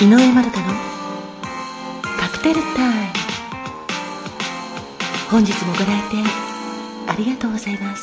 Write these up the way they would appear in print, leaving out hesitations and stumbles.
井上まどかのカクテルタイム。本日もご来店ありがとうございます。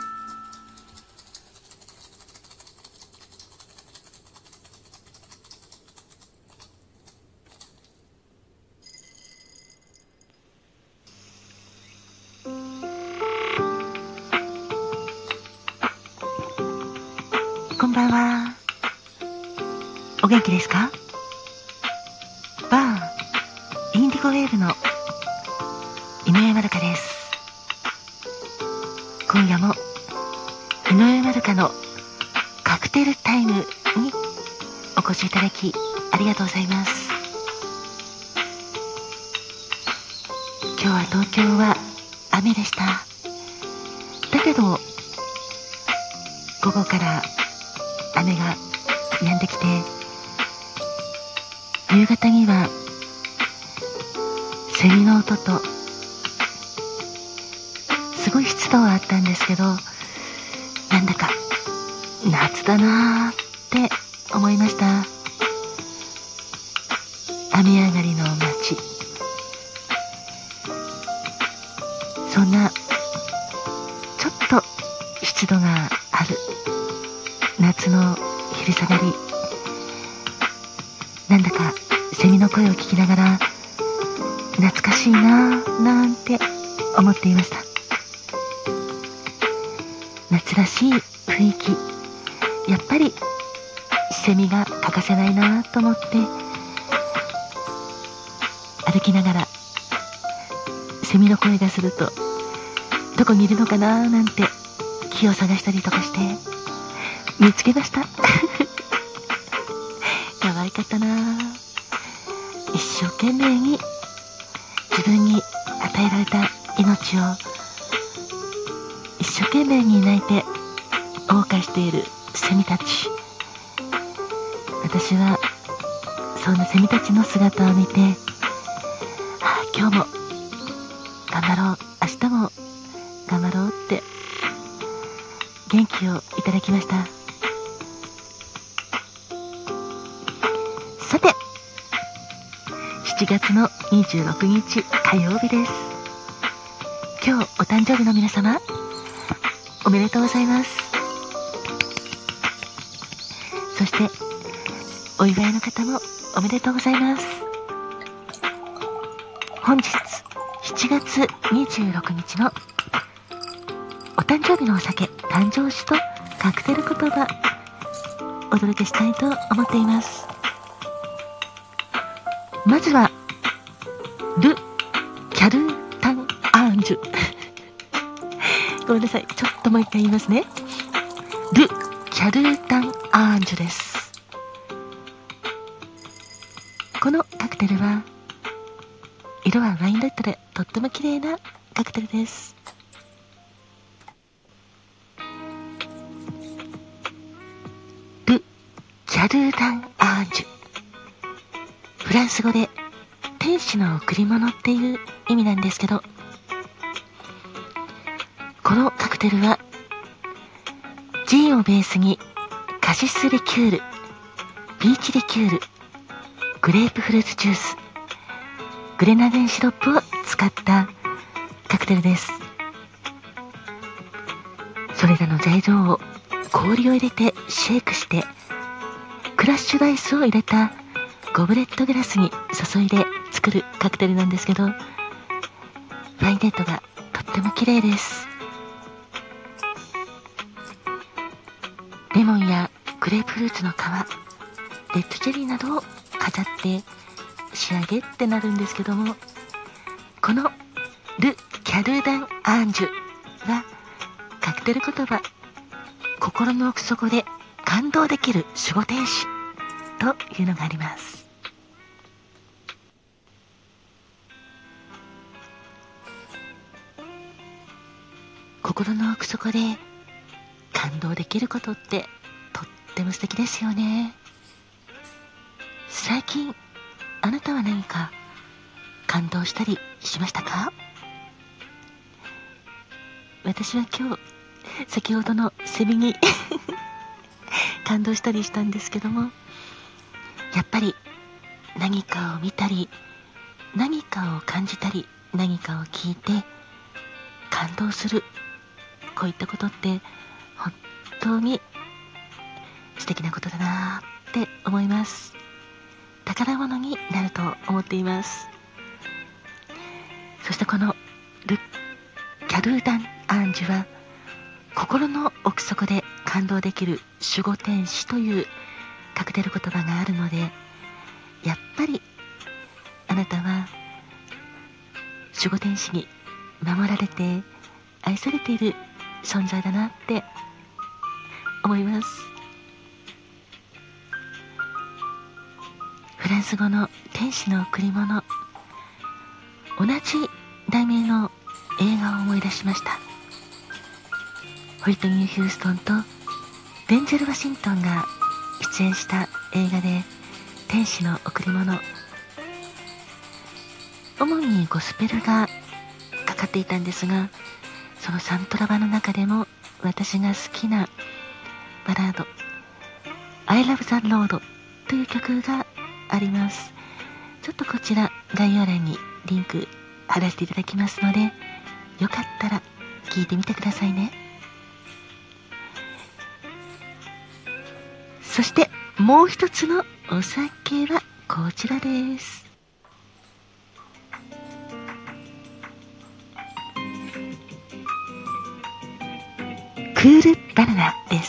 こんばんは。お元気ですか？バーインディゴウェーブの井上まどかです。今夜も井上まどかのカクテルタイムにお越しいただきありがとうございます。今日は東京は雨でした。だけど午後から雨が止んできて、夕方にはセミの音とすごい湿度はあったんですけど、なんだか夏だなーって思いました。雨上がりの街、そんなちょっと湿度がある夏の昼下がり、なんだかセミの声を聞きながら懐かしいなぁなんて思っていました。夏らしい雰囲気、やっぱりセミが欠かせないなと思って、歩きながらセミの声がするとどこにいるのかななんて木を探したりとかして見つけました。可愛かったな。一生懸命に自分に与えられた命を一生懸命に鳴いて謳歌しているセミたち。私はそんなセミたちの姿を見て、今日も頑張ろう、明日も頑張ろうって元気をいただきました。さて、7月の26日火曜日です。今日お誕生日の皆様、おめでとうございます。そしてお祝いの方もおめでとうございます。本日7月26日のお誕生日のお酒、誕生酒とカクテル言葉お届けしたいと思っています。まずはル・キャルータン・アンジュごめんなさい、ちょっともう一回言いますね。ル・キャルータン・アンジュです。このカクテルは色はワインレッドでとっても綺麗なカクテルです。ル・キャルータン・アンジュ、フランス語で天使の贈り物っていう意味なんですけど、このカクテルはジンをベースにカシスリキュール、ピーチリキュール、グレープフルーツジュース、グレナデンシロップを使ったカクテルです。それらの材料を氷を入れてシェイクして、クラッシュダイスを入れたゴブレットグラスに注いで作るカクテルなんですけど、ワインレッドがとっても綺麗です。レモンやグレープフルーツの皮、レッドチェリーなどを飾って仕上げってなるんですけども、このル・キャルーダン・アンジュはカクテル言葉、心の奥底で感動できる守護天使というのがあります。心の奥底で感動できることってとっても素敵ですよね。最近あなたは何か感動したりしましたか？私は今日先ほどのセミに感動したりしたんですけども、やっぱり何かを見たり、何かを感じたり、何かを聞いて感動する、こういったことって本当に素敵なことだなって思います。宝物になると思っています。そしてこのル・キャルーダン・アンジュは、心の奥底で感動できる守護天使というカクテル言葉があるので、やっぱりあなたは守護天使に守られて愛されている存在だなって思います。フランス語の天使の贈り物、同じ題名の映画を思い出しました。ホイットニー・ヒューストンとデンゼル・ワシントンが出演した映画で、天使の贈り物、主にゴスペルがかかっていたんですが、そのサントラバの中でも私が好きなバラード I Love the Road という曲があります。ちょっとこちら概要欄にリンク貼らせていただきますので、よかったら聴いてみてくださいね。そしてもう一つのお酒はこちらです。クールバナナです。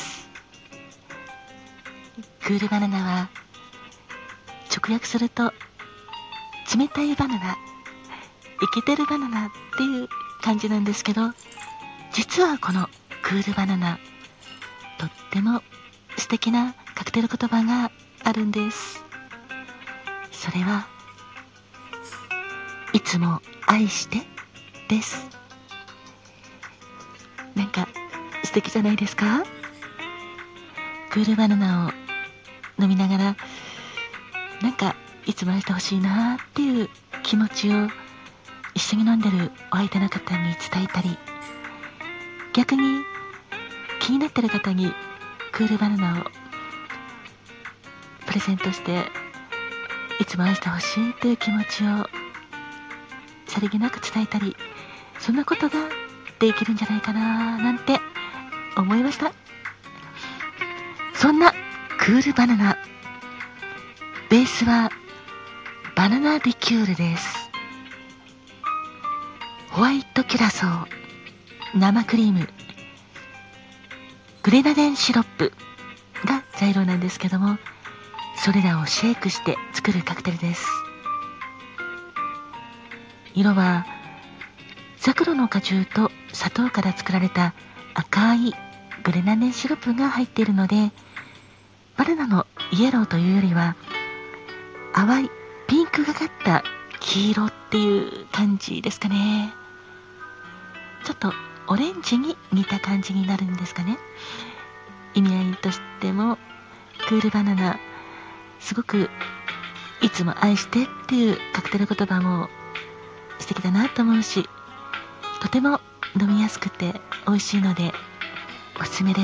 クールバナナは直訳すると冷たいバナナ、イケてるバナナっていう感じなんですけど、実はこのクールバナナ、とっても素敵なカクテル言葉があるんです。それはいつも愛してです。なんか素敵じゃないですか。クールバナナを飲みながら、なんかいつも愛してほしいなっていう気持ちを一緒に飲んでるお相手の方に伝えたり、逆に気になってる方にクールバナナをプレゼントして、いつも愛してほしいという気持ちをさりげなく伝えたり、そんなことができるんじゃないかななんて思いました。そんなクールバナナ、ベースはバナナリキュールです。ホワイトキュラソー、生クリーム、グレナデンシロップが材料なんですけども、それらをシェイクして作るカクテルです。色はザクロの果汁と砂糖から作られた赤いグレナデンシロップが入っているので、バナナのイエローというよりは淡いピンクがかった黄色っていう感じですかね。ちょっとオレンジに似た感じになるんですかね。意味合いとしてもクールバナナ、すごくいつも愛してっていうカクテル言葉も素敵だなと思うし、とても飲みやすくて美味しいのでおすすめです。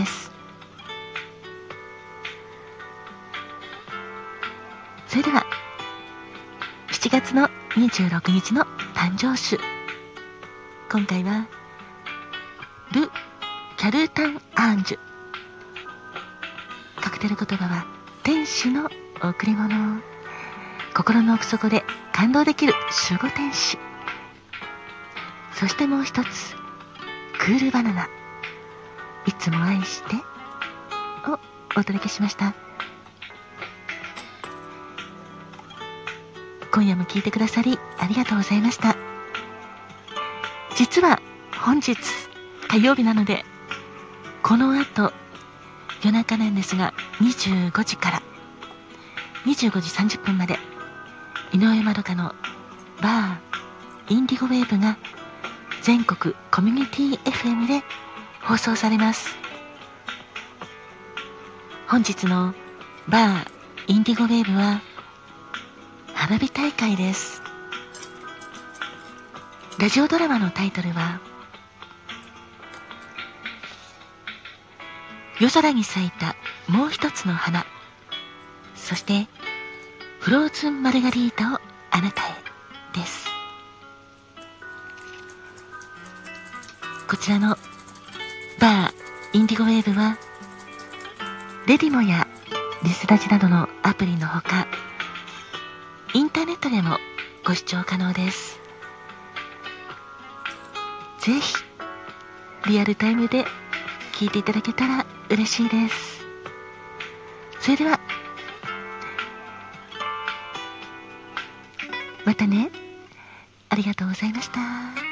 それでは7月の26日の誕生酒、今回はル・キャルタン・アンジュ、カクテル言葉は天使の贈り物、心の奥底で感動できる守護天使、そしてもう一つクールバナナ、いつも愛してをお届けしました。今夜も聞いてくださりありがとうございました。実は本日火曜日なので、この後夜中なんですが25時から25時30分まで井上まどかのバーインディゴウェーブが全国コミュニティ FM で放送されます。本日のバーインディゴウェーブは花火大会です。ラジオドラマのタイトルは夜空に咲いたもう一つの花、そしてフローズンマルガリータをあなたへです。こちらのバーインディゴウェーブはレディモやリスラジなどのアプリのほか、インターネットでもご視聴可能です。ぜひリアルタイムで聞いていただけたら嬉しいです。それではまたね。ありがとうございました。